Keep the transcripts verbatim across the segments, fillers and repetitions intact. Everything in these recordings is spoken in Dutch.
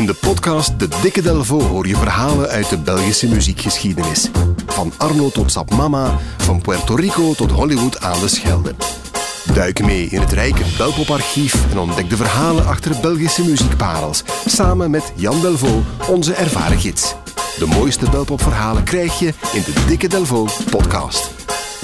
In de podcast De Dikke Delvaux hoor je verhalen uit de Belgische muziekgeschiedenis. Van Arno tot Sap Mama, van Puerto Rico tot Hollywood aan de Schelde. Duik mee in het rijke Belpop-archief en ontdek de verhalen achter Belgische muziekparels. Samen met Jan Delvaux, onze ervaren gids. De mooiste Belpop-verhalen krijg je in de Dikke Delvaux podcast.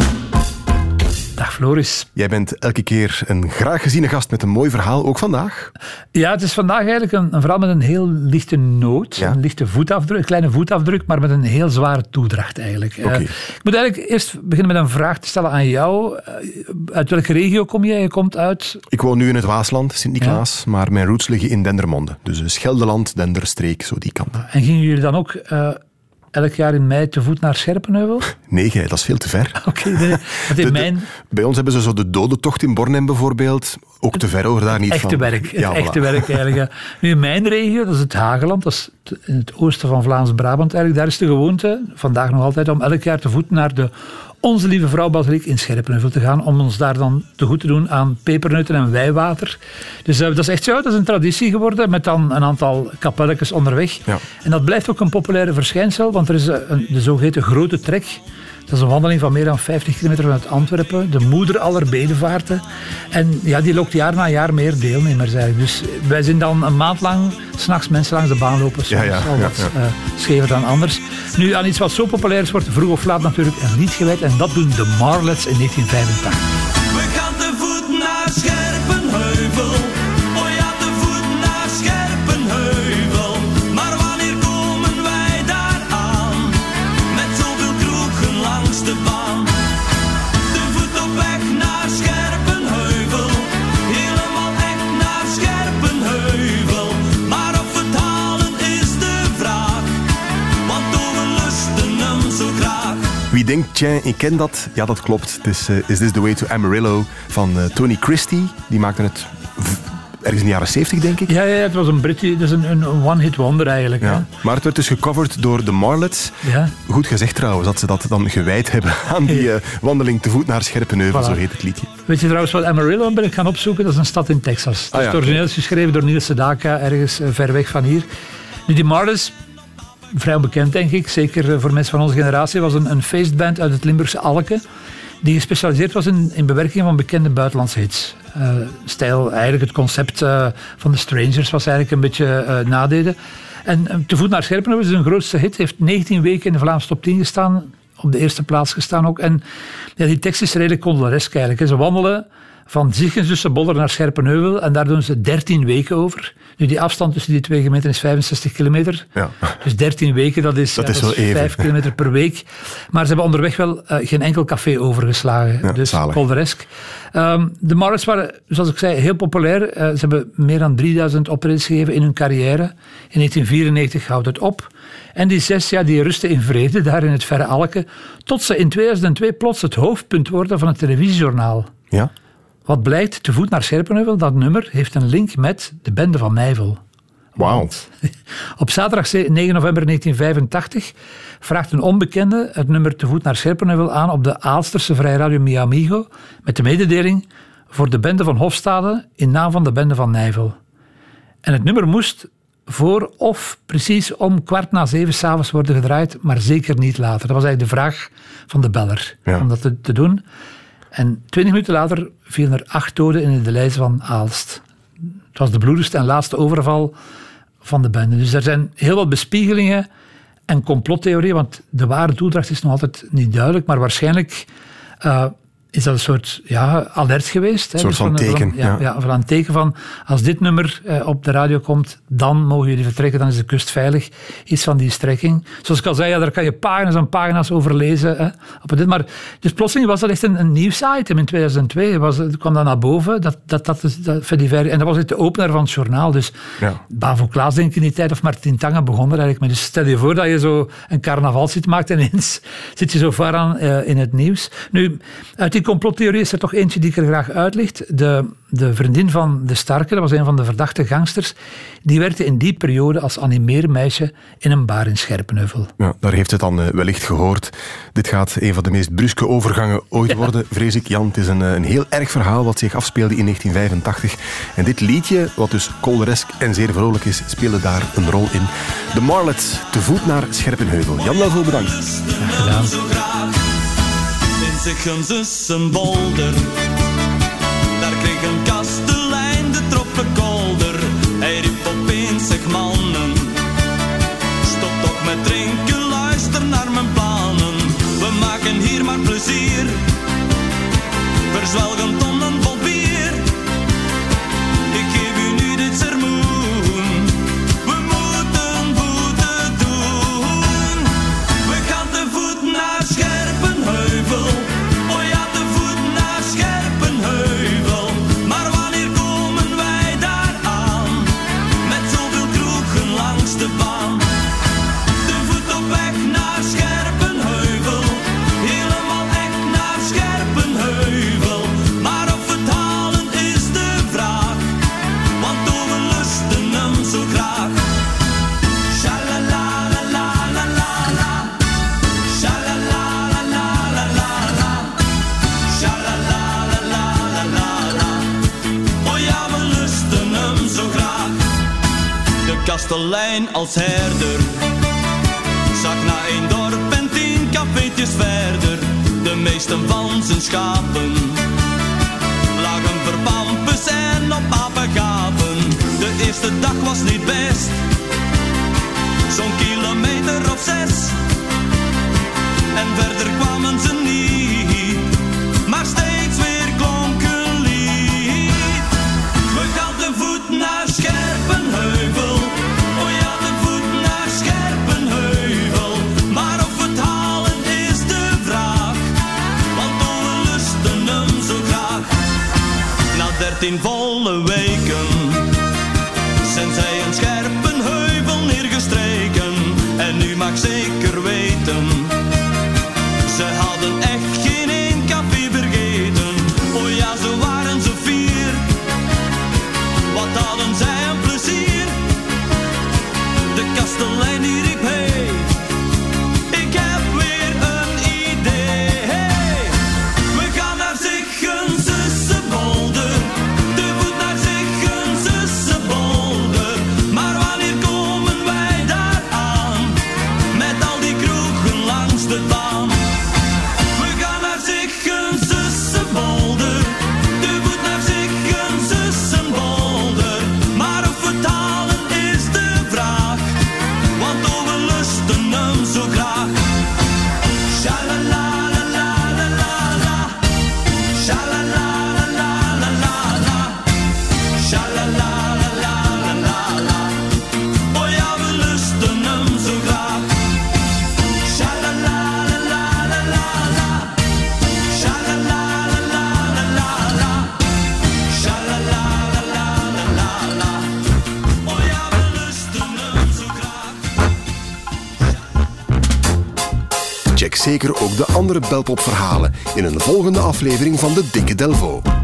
Dag Floris. Jij bent elke keer een graag geziene gast met een mooi verhaal, ook vandaag. Ja, het is vandaag eigenlijk een, een verhaal met een heel lichte noot, ja. een lichte voetafdruk, een kleine voetafdruk, maar met een heel zware toedracht eigenlijk. Okay. Uh, ik moet eigenlijk eerst beginnen met een vraag te stellen aan jou. Uh, uit welke regio kom jij? Je komt uit... Ik woon nu in het Waasland, Sint-Niklaas, ja. maar mijn roots liggen in Dendermonde. Dus Scheldeland, Denderstreek, zo die kant. En gingen jullie dan ook... Uh, elk jaar in mei te voet naar Scherpenheuvel? Nee, dat is veel te ver. Oké, okay, nee. Want in de, mijn... de, bij ons hebben ze zo de dodentocht in Bornem bijvoorbeeld. Ook te ver hoor, daar niet echte van. Werk, het ja, echte voilà. werk eigenlijk. Ja. Nu in mijn regio, dat is het Hageland, dat is in het oosten van Vlaams-Brabant eigenlijk. Daar is de gewoonte, vandaag nog altijd, om elk jaar te voet naar de Onze Lieve Vrouw Basiliek in Scherpenheuvel te gaan, om ons daar dan te goed te doen aan pepernoten en wijwater. Dus uh, dat is echt zo, dat is een traditie geworden, met dan een aantal kapelletjes onderweg. Ja. En dat blijft ook een populaire verschijnsel, want er is een, de zogeheten Grote Trek. Dat is een wandeling van meer dan vijftig kilometer vanuit Antwerpen. De moeder aller bedevaarten. En ja, die lokt jaar na jaar meer deelnemers eigenlijk. Dus wij zien dan een maand lang 's nachts mensen langs de baan lopen. Soms ja, ja, al wat ja, ja. Uh, schever dan anders. Nu, aan iets wat zo populair is, wordt vroeg of laat natuurlijk een lied gewijd. En dat doen de Marlets in negentien vijfentachtig. We gaan te voet naar Scherpenheuvel. Oh ja, te voet naar Scherpenheuvel. Maar wanneer komen wij daar aan? Met zoveel kroegen langs de baan. De voet op weg naar Scherpenheuvel. Helemaal echt naar Scherpenheuvel. Maar of het halen is de vraag. Want we lusten hem zo graag. Wie denkt, tja, ik ken dat? Ja, dat klopt. Het is uh, Is This The Way To Amarillo van uh, Tony Christie. Die maakte het v- ergens in de jaren zeventig, denk ik. Ja, ja, het was een Britje, dat is een, een one-hit wonder eigenlijk. Ja. Hè? Maar het werd dus gecoverd door de Marlets. Ja. Goed gezegd trouwens, dat ze dat dan gewijd hebben aan die uh, wandeling te voet naar Scherpenheuvel, Voilà. zo heet het liedje. Weet je trouwens wat Amarillo ben ik gaan opzoeken? Dat is een stad in Texas. Het Ah, ja. is origineel is geschreven door Neil Sedaka, ergens uh, ver weg van hier. Nu, die Marlets, vrij onbekend denk ik, zeker uh, voor mensen van onze generatie, was een, een feestband uit het Limburgse Alke, die gespecialiseerd was in, in bewerking van bekende buitenlandse hits. Uh, stijl, eigenlijk het concept uh, van de Strangers was eigenlijk een beetje uh, nadeden. En uh, Te voet naar Scherpenheuvel is hun grootste hit, heeft negentien weken in de Vlaamse top tien gestaan, op de eerste plaats gestaan ook. En ja, die tekst is redelijk condolesk eigenlijk. Hè. Ze wandelen van Zichensusse-Bolder naar Scherpenheuvel en daar doen ze dertien weken over. Nu, die afstand tussen die twee gemeenten is vijfenzestig kilometer. Ja. Dus dertien weken, dat is, Dat ja, is dat wel even. vijf kilometer per week. Maar ze hebben onderweg wel uh, geen enkel café overgeslagen. Ja, dus zalig. polderesk. Um, de Marlets waren, zoals ik zei, heel populair. Uh, ze hebben meer dan drieduizend optredens gegeven in hun carrière. In negentien vierennegentig houdt het op. En die zes jaar die rusten in vrede, daar in het verre Alke. Tot ze in tweeduizend twee plots het hoofdpunt worden van het televisiejournaal. Ja? Wat blijkt, Te voet naar Scherpenheuvel, dat nummer heeft een link met de bende van Nijvel. Wauw. Want op zaterdag negen november negentien vijfentachtig vraagt een onbekende het nummer Te voet naar Scherpenheuvel aan op de Aalsterse Vrije Radio Mi Amigo met de mededeling voor de bende van Hofstade in naam van de bende van Nijvel. En het nummer moest voor of precies om kwart na zeven 's avonds worden gedraaid, maar zeker niet later. Dat was eigenlijk de vraag van de beller, Ja. om dat te, te doen. En twintig minuten later vielen er acht doden in de lijst van Aalst. Het was de bloedigste en laatste overval van de bende. Dus er zijn heel wat bespiegelingen en complottheorieën, want de ware toedracht is nog altijd niet duidelijk, maar waarschijnlijk uh, is dat een soort ja, alert geweest. Een soort van teken. Ja, ja. ja, van een teken van als dit nummer uh, op de radio komt, dan mogen jullie vertrekken, dan is de kust veilig. Iets van die strekking. Zoals ik al zei, ja, daar kan je pagina's en pagina's over lezen. Hè, op dit. Maar, dus plotseling was dat echt een, een nieuwsitem in tweeduizend twee. Was, het kwam dan naar boven. Dat, dat, dat, dat, dat, en dat was het de opener van het journaal. Dus Ja. Bavo Klaas denk ik in die tijd, of Martin Tange begon er eigenlijk mee. Dus stel je voor dat je zo een carnaval zit maakt en ineens zit je zo ver aan uh, in het nieuws. Nu, uit die complottheorie is er toch eentje die ik er graag uitlicht. De, de vriendin van de Starke, dat was een van de verdachte gangsters, die werkte in die periode als animeermeisje in een bar in Scherpenheuvel. Ja, daar heeft het dan uh, wellicht gehoord. Dit gaat een van de meest bruske overgangen ooit ja. worden, vrees ik. Jan, het is een, een heel erg verhaal wat zich afspeelde in negentien vijfentachtig. En dit liedje, wat dus kolderesk en zeer vrolijk is, speelde daar een rol in. De Marlets, te voet naar Scherpenheuvel. Jan Delvaux, bedankt. Graag gedaan. In Zichensussenbolder, daar kreeg een kastelein de troppenkolder. Hij riep opeens zich mannen, stop toch met drinken, luister naar mijn plannen. We maken hier maar plezier, verzwelgen tonnen vol bier. Ik geef u nu dit sermoen, we moeten boete doen. We gaan te voet naar Scherpenheuvel, oh ja, te voet naar Scherpenheuvel. Maar wanneer komen wij daar aan, met zoveel kroegen langs de baan? Te voet op weg naar Scherpenheuvel, helemaal echt naar Scherpenheuvel. Maar of het halen is de vraag, want oh, we lusten hem zo graag. Shalalalalala, shalalalalala, shalalalalala. Oh ja, we lusten hem zo graag. De kastelein als herder zag naar één dorp en tien cafeetjes verder. De meesten van zijn schapen lagen verpampus en op apengapen. De eerste dag was niet best, zo'n kilometer of zes. En verder kwamen ze niet, maar steeds weer klonk een lied. We gaan te voet naar Scherpenheuvel, oh ja, te voet naar Scherpenheuvel. Maar of het halen is de vraag, want oh, we lusten hem zo graag. Na dertien volle weken zijn zij in Scherpenheuvel neergestreken. En nu mag zeker weten, ze hadden echt geen één café vergeten. Oh ja, zo waren ze vier, wat hadden zij een plezier. De kastelein die riep hey, ik heb weer een idee. Hey, we gaan naar Zichensussenbolder, te voet naar Zichensussenbolder. Maar wanneer komen wij daar aan, met al die kroegen langs de baan? We gaan naar Zichensussenbolder, te voet naar Zichensussenbolder. Maar of het halen is de vraag, want oh, we lusten hem zo graag. Shalalalalala, shalalalalala, shalalalalala. Oh ja, we lusten hem zo graag. Shalalalalala, shalalalalala, shalalalalala. Oh ja, we lusten hem zo graag. Check zeker ook de andere Belpop-verhalen in een volgende aflevering van De Dikke Delvaux.